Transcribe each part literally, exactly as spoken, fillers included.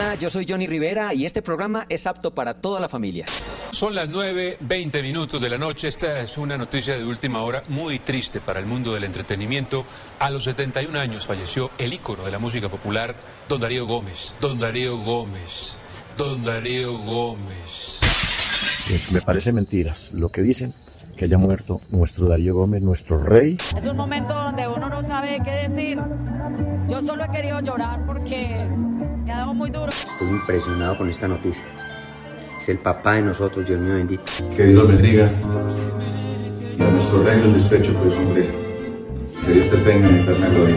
Hola, yo soy Johnny Rivera y este programa es apto para toda la familia. Son las nueve, veinte minutos de la noche. Esta es una noticia de última hora muy triste para el mundo del entretenimiento. A los setenta y un años falleció el ícono de la música popular, Don Darío Gómez. Don Darío Gómez. Don Darío Gómez. Me parece mentiras lo que dicen, que haya muerto nuestro Darío Gómez, nuestro rey. Es un momento donde uno no sabe qué decir. Yo solo he querido llorar porque me ha dado muy duro. Estoy impresionado con esta noticia. Es el papá de nosotros, Dios mío bendito. Que Dios lo bendiga. Y a nuestro rey del despecho, pues hombre, que Dios te tenga en eterna gloria.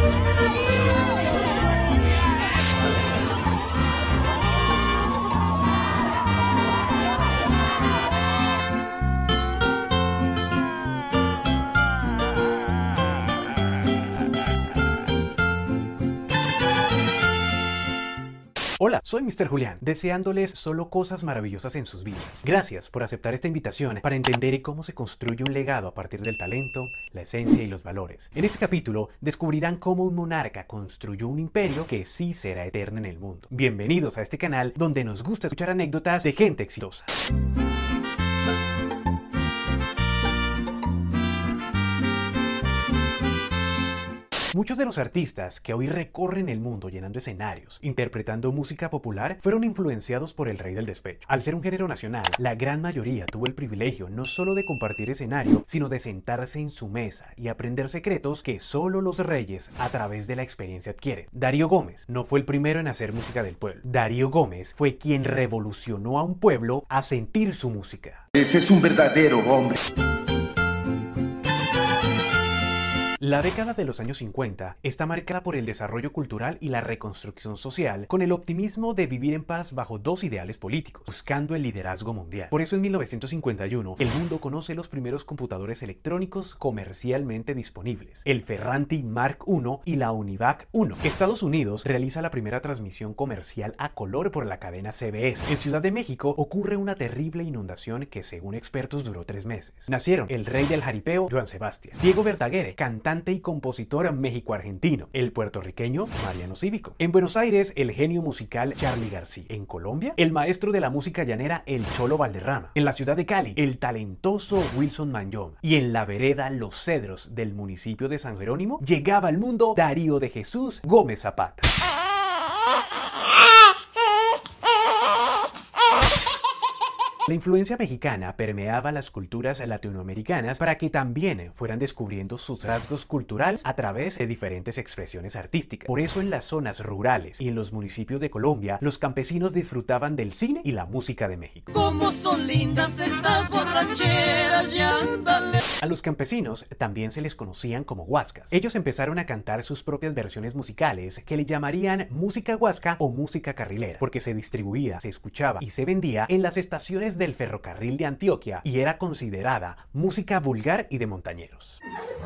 Hola, soy mister Julián, deseándoles solo cosas maravillosas en sus vidas. Gracias por aceptar esta invitación para entender cómo se construye un legado a partir del talento, la esencia y los valores. En este capítulo descubrirán cómo un monarca construyó un imperio que sí será eterno en el mundo. Bienvenidos a este canal donde nos gusta escuchar anécdotas de gente exitosa. Muchos de los artistas que hoy recorren el mundo llenando escenarios, interpretando música popular, fueron influenciados por el rey del despecho. Al ser un género nacional, la gran mayoría tuvo el privilegio no solo de compartir escenario, sino de sentarse en su mesa y aprender secretos que solo los reyes a través de la experiencia adquieren. Darío Gómez no fue el primero en hacer música del pueblo. Darío Gómez fue quien revolucionó a un pueblo a sentir su música. Ese es un verdadero hombre. La década de los años cincuenta está marcada por el desarrollo cultural y la reconstrucción social, con el optimismo de vivir en paz bajo dos ideales políticos, buscando el liderazgo mundial. Por eso en mil novecientos cincuenta y uno, el mundo conoce los primeros computadores electrónicos comercialmente disponibles, el Ferranti Mark uno y la Univac uno. Estados Unidos realiza la primera transmisión comercial a color por la cadena C B S. En Ciudad de México ocurre una terrible inundación que, según expertos, duró tres meses. Nacieron el rey del jaripeo, Joan Sebastián, Diego Verdaguer, cantante y compositor México-argentino, el puertorriqueño Mariano Cívico. En Buenos Aires, el genio musical Charly García. En Colombia, el maestro de la música llanera, el Cholo Valderrama. En la ciudad de Cali, el talentoso Wilson Manyoma. Y en la vereda Los Cedros del municipio de San Jerónimo, llegaba al mundo Darío de Jesús Gómez Zapata. La influencia mexicana permeaba las culturas latinoamericanas para que también fueran descubriendo sus rasgos culturales a través de diferentes expresiones artísticas. Por eso en las zonas rurales y en los municipios de Colombia, los campesinos disfrutaban del cine y la música de México. ¿Cómo son lindas estas borracheras? Ya dale. A los campesinos también se les conocían como huascas. Ellos empezaron a cantar sus propias versiones musicales que le llamarían música huasca o música carrilera, porque se distribuía, se escuchaba y se vendía en las estaciones del ferrocarril de Antioquia y era considerada música vulgar y de montañeros.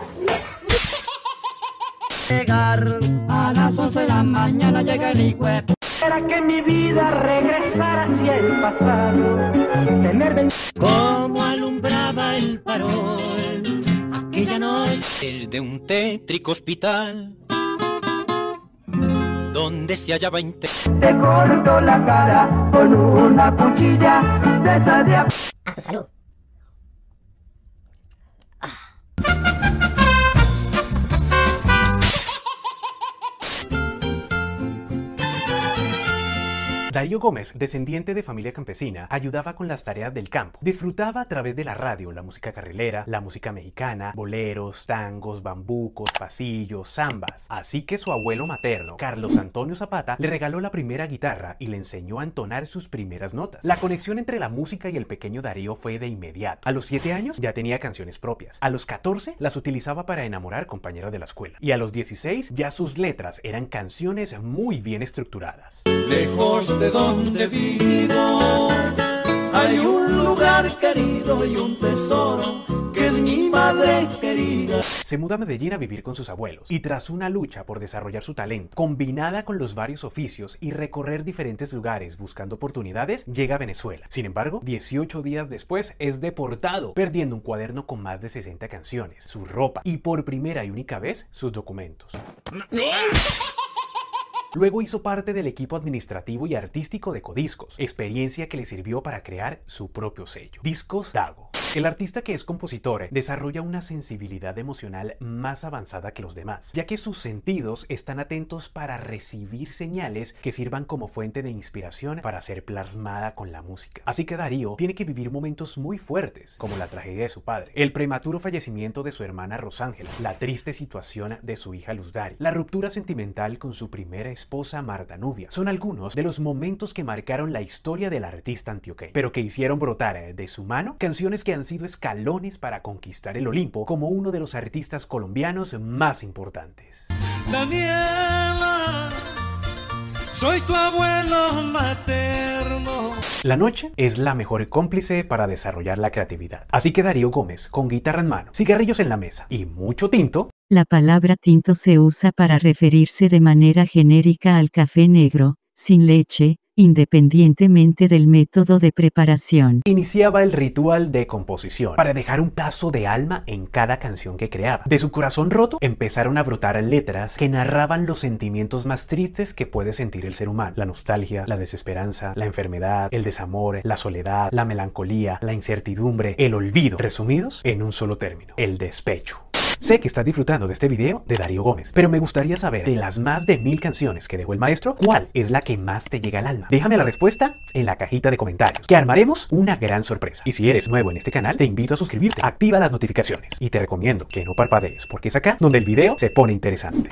Llegar a las once de la mañana llega el hijo. Era que mi vida regresara hacia el pasado. Tener Como alumbraba el farol aquella noche de un tétrico hospital donde se hallaba inte... Te cortó la cara con una cuchilla de esa de... A su salud. Darío Gómez, descendiente de familia campesina, ayudaba con las tareas del campo. Disfrutaba a través de la radio la música carrilera, la música mexicana, boleros, tangos, bambucos, pasillos, zambas. Así que su abuelo materno, Carlos Antonio Zapata, le regaló la primera guitarra y le enseñó a entonar sus primeras notas. La conexión entre la música y el pequeño Darío fue de inmediato. A los siete años ya tenía canciones propias. A los catorce las utilizaba para enamorar compañeras de la escuela. Y a los dieciséis ya sus letras eran canciones muy bien estructuradas. Lejos de donde vivo hay un lugar querido y un tesoro que es mi madre querida. Se muda a Medellín a vivir con sus abuelos y tras una lucha por desarrollar su talento, combinada con los varios oficios y recorrer diferentes lugares buscando oportunidades, llega a Venezuela. Sin embargo, dieciocho días después es deportado, perdiendo un cuaderno con más de sesenta canciones, su ropa y por primera y única vez sus documentos. Luego hizo parte del equipo administrativo y artístico de Codiscos, experiencia que le sirvió para crear su propio sello, Discos Dago. El artista que es compositor desarrolla una sensibilidad emocional más avanzada que los demás, ya que sus sentidos están atentos para recibir señales que sirvan como fuente de inspiración para ser plasmada con la música. Así que Darío tiene que vivir momentos muy fuertes, como la tragedia de su padre, el prematuro fallecimiento de su hermana Rosángela, la triste situación de su hija Luz Dari, la ruptura sentimental con su primera esposa Marta Nubia. Son algunos de los momentos que marcaron la historia del artista antioqueño, pero que hicieron brotar de su mano canciones que han sido escalones para conquistar el Olimpo como uno de los artistas colombianos más importantes. Daniela, soy tu abuelo materno. La noche es la mejor cómplice para desarrollar la creatividad. Así que Darío Gómez, con guitarra en mano, cigarrillos en la mesa y mucho tinto. La palabra tinto se usa para referirse de manera genérica al café negro, sin leche, independientemente del método de preparación. Iniciaba el ritual de composición para dejar un pedazo de alma en cada canción que creaba. De su corazón roto empezaron a brotar letras que narraban los sentimientos más tristes que puede sentir el ser humano: la nostalgia, la desesperanza, la enfermedad, el desamor, la soledad, la melancolía, la incertidumbre, el olvido, resumidos en un solo término: el despecho. Sé que estás disfrutando de este video de Darío Gómez, pero me gustaría saber, de las más de mil canciones que dejó el maestro, ¿cuál es la que más te llega al alma? Déjame la respuesta en la cajita de comentarios, que armaremos una gran sorpresa. Y si eres nuevo en este canal, te invito a suscribirte, activa las notificaciones y te recomiendo que no parpadees, porque es acá donde el video se pone interesante.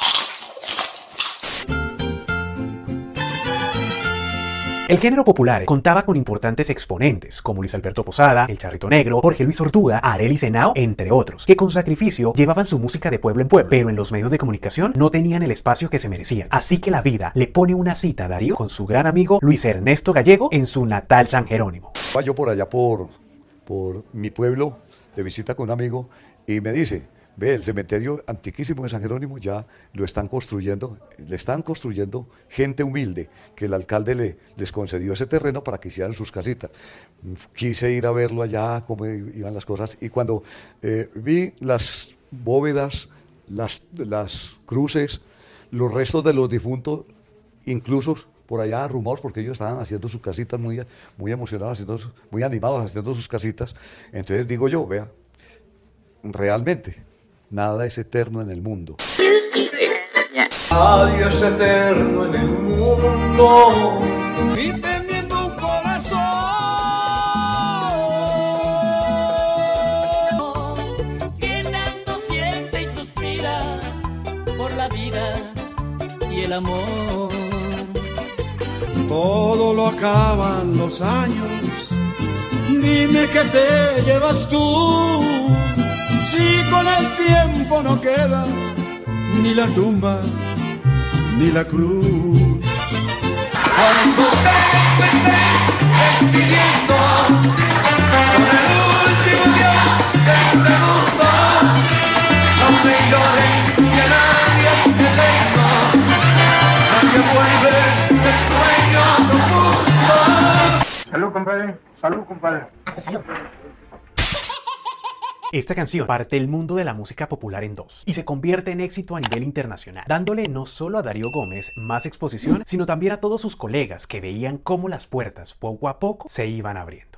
El género popular contaba con importantes exponentes como Luis Alberto Posada, El Charrito Negro, Jorge Luis Ortúa, Arelis Henao, entre otros, que con sacrificio llevaban su música de pueblo en pueblo, pero en los medios de comunicación no tenían el espacio que se merecían. Así que la vida le pone una cita a Darío con su gran amigo Luis Ernesto Gallego en su natal San Jerónimo. Yo por allá por, por mi pueblo de visita con un amigo y me dice: ve, el cementerio antiquísimo de San Jerónimo ya lo están construyendo, le están construyendo gente humilde, que el alcalde le, les concedió ese terreno para que hicieran sus casitas. Quise ir a verlo allá, cómo iban las cosas, y cuando eh, vi las bóvedas, las, las cruces, los restos de los difuntos, incluso por allá arrumados, porque ellos estaban haciendo sus casitas muy, muy emocionados, haciendo, muy animados haciendo sus casitas. Entonces digo yo, vea, realmente nada es eterno en el mundo. Nadie es eterno en el mundo. Y teniendo un corazón que tanto siente y suspira por la vida y el amor. Todo lo acaban los años. Dime qué te llevas tú. Si con el tiempo no queda ni la tumba ni la cruz. Cuando te estés despidiendo con el último Dios de este mundo, no me llores que nadie es eterno, nadie vuelve del sueño profundo. Salud, compadre. Salud, compadre. A su salud. Esta canción parte el mundo de la música popular en dos y se convierte en éxito a nivel internacional, dándole no solo a Darío Gómez más exposición, sino también a todos sus colegas que veían cómo las puertas poco a poco se iban abriendo.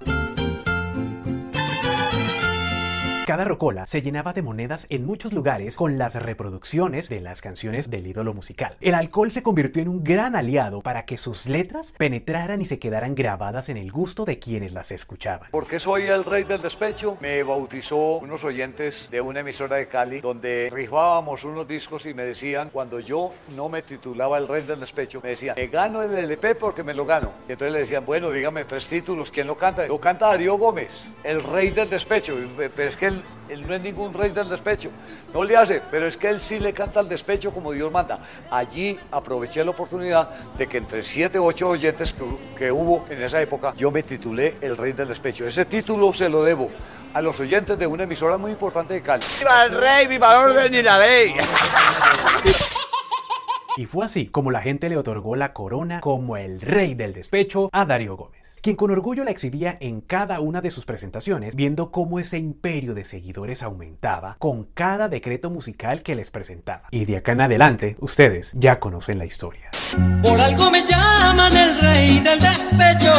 Cada rocola se llenaba de monedas en muchos lugares con las reproducciones de las canciones del ídolo musical. El alcohol se convirtió en un gran aliado para que sus letras penetraran y se quedaran grabadas en el gusto de quienes las escuchaban. ¿Por qué soy el rey del despecho? Me bautizó unos oyentes de una emisora de Cali donde rifábamos unos discos y me decían, cuando yo no me titulaba el rey del despecho, me decían: me gano el L P porque me lo gano. Y entonces le decían: bueno, dígame tres títulos, ¿quién lo canta? Lo canta Darío Gómez, el rey del despecho. Pero es que él Él no es ningún rey del despecho, no le hace, pero es que él sí le canta al despecho como Dios manda. Allí aproveché la oportunidad de que entre siete u ocho oyentes que, que hubo en esa época, yo me titulé el rey del despecho. Ese título se lo debo a los oyentes de una emisora muy importante de Cali. ¡Viva el rey, viva el orden y la ley! Y fue así como la gente le otorgó la corona como el rey del despecho a Darío Gómez, quien con orgullo la exhibía en cada una de sus presentaciones, viendo cómo ese imperio de seguidores aumentaba con cada decreto musical que les presentaba. Y de acá en adelante, ustedes ya conocen la historia. Por algo me llaman el rey del despecho.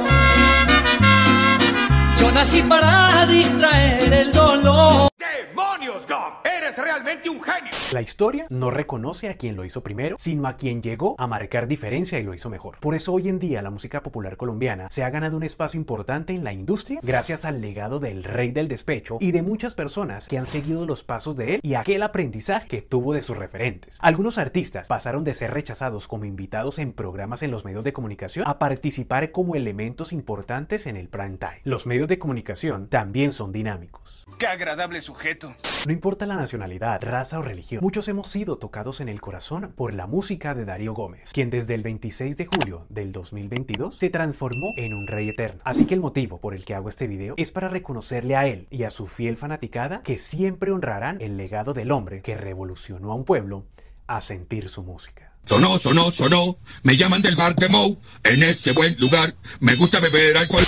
Yo nací para distraer el dolor. ¡Demonios, Gom! ¡Eres realmente un genio! La historia no reconoce a quien lo hizo primero, sino a quien llegó a marcar diferencia y lo hizo mejor. Por eso hoy en día la música popular colombiana se ha ganado un espacio importante en la industria gracias al legado del rey del despecho y de muchas personas que han seguido los pasos de él y aquel aprendizaje que tuvo de sus referentes. Algunos artistas pasaron de ser rechazados como invitados en programas en los medios de comunicación a participar como elementos importantes en el prime time. Los medios de comunicación también son dinámicos. ¡Qué agradable sujeto! No importa la nacionalidad, raza o religión, muchos hemos sido tocados en el corazón por la música de Darío Gómez, quien desde el veintiséis de julio del dos mil veintidós se transformó en un rey eterno. Así que el motivo por el que hago este video es para reconocerle a él y a su fiel fanaticada que siempre honrarán el legado del hombre que revolucionó a un pueblo a sentir su música. Sonó, sonó, sonó, me llaman del bar de Mou, en ese buen lugar, me gusta beber alcohol.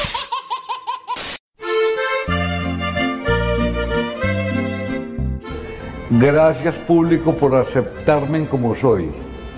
Gracias, público, por aceptarme como soy.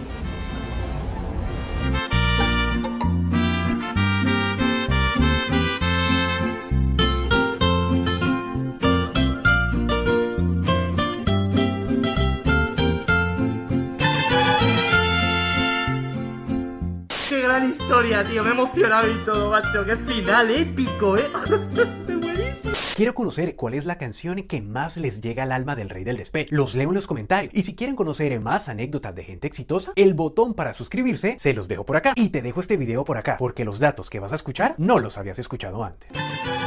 Qué gran historia, tío. Me he emocionado y todo, macho. Qué final épico, ¿eh? Quiero conocer cuál es la canción que más les llega al alma del rey del despecho. Los leo en los comentarios. Y si quieren conocer más anécdotas de gente exitosa, el botón para suscribirse se los dejo por acá. Y te dejo este video por acá, porque los datos que vas a escuchar no los habías escuchado antes.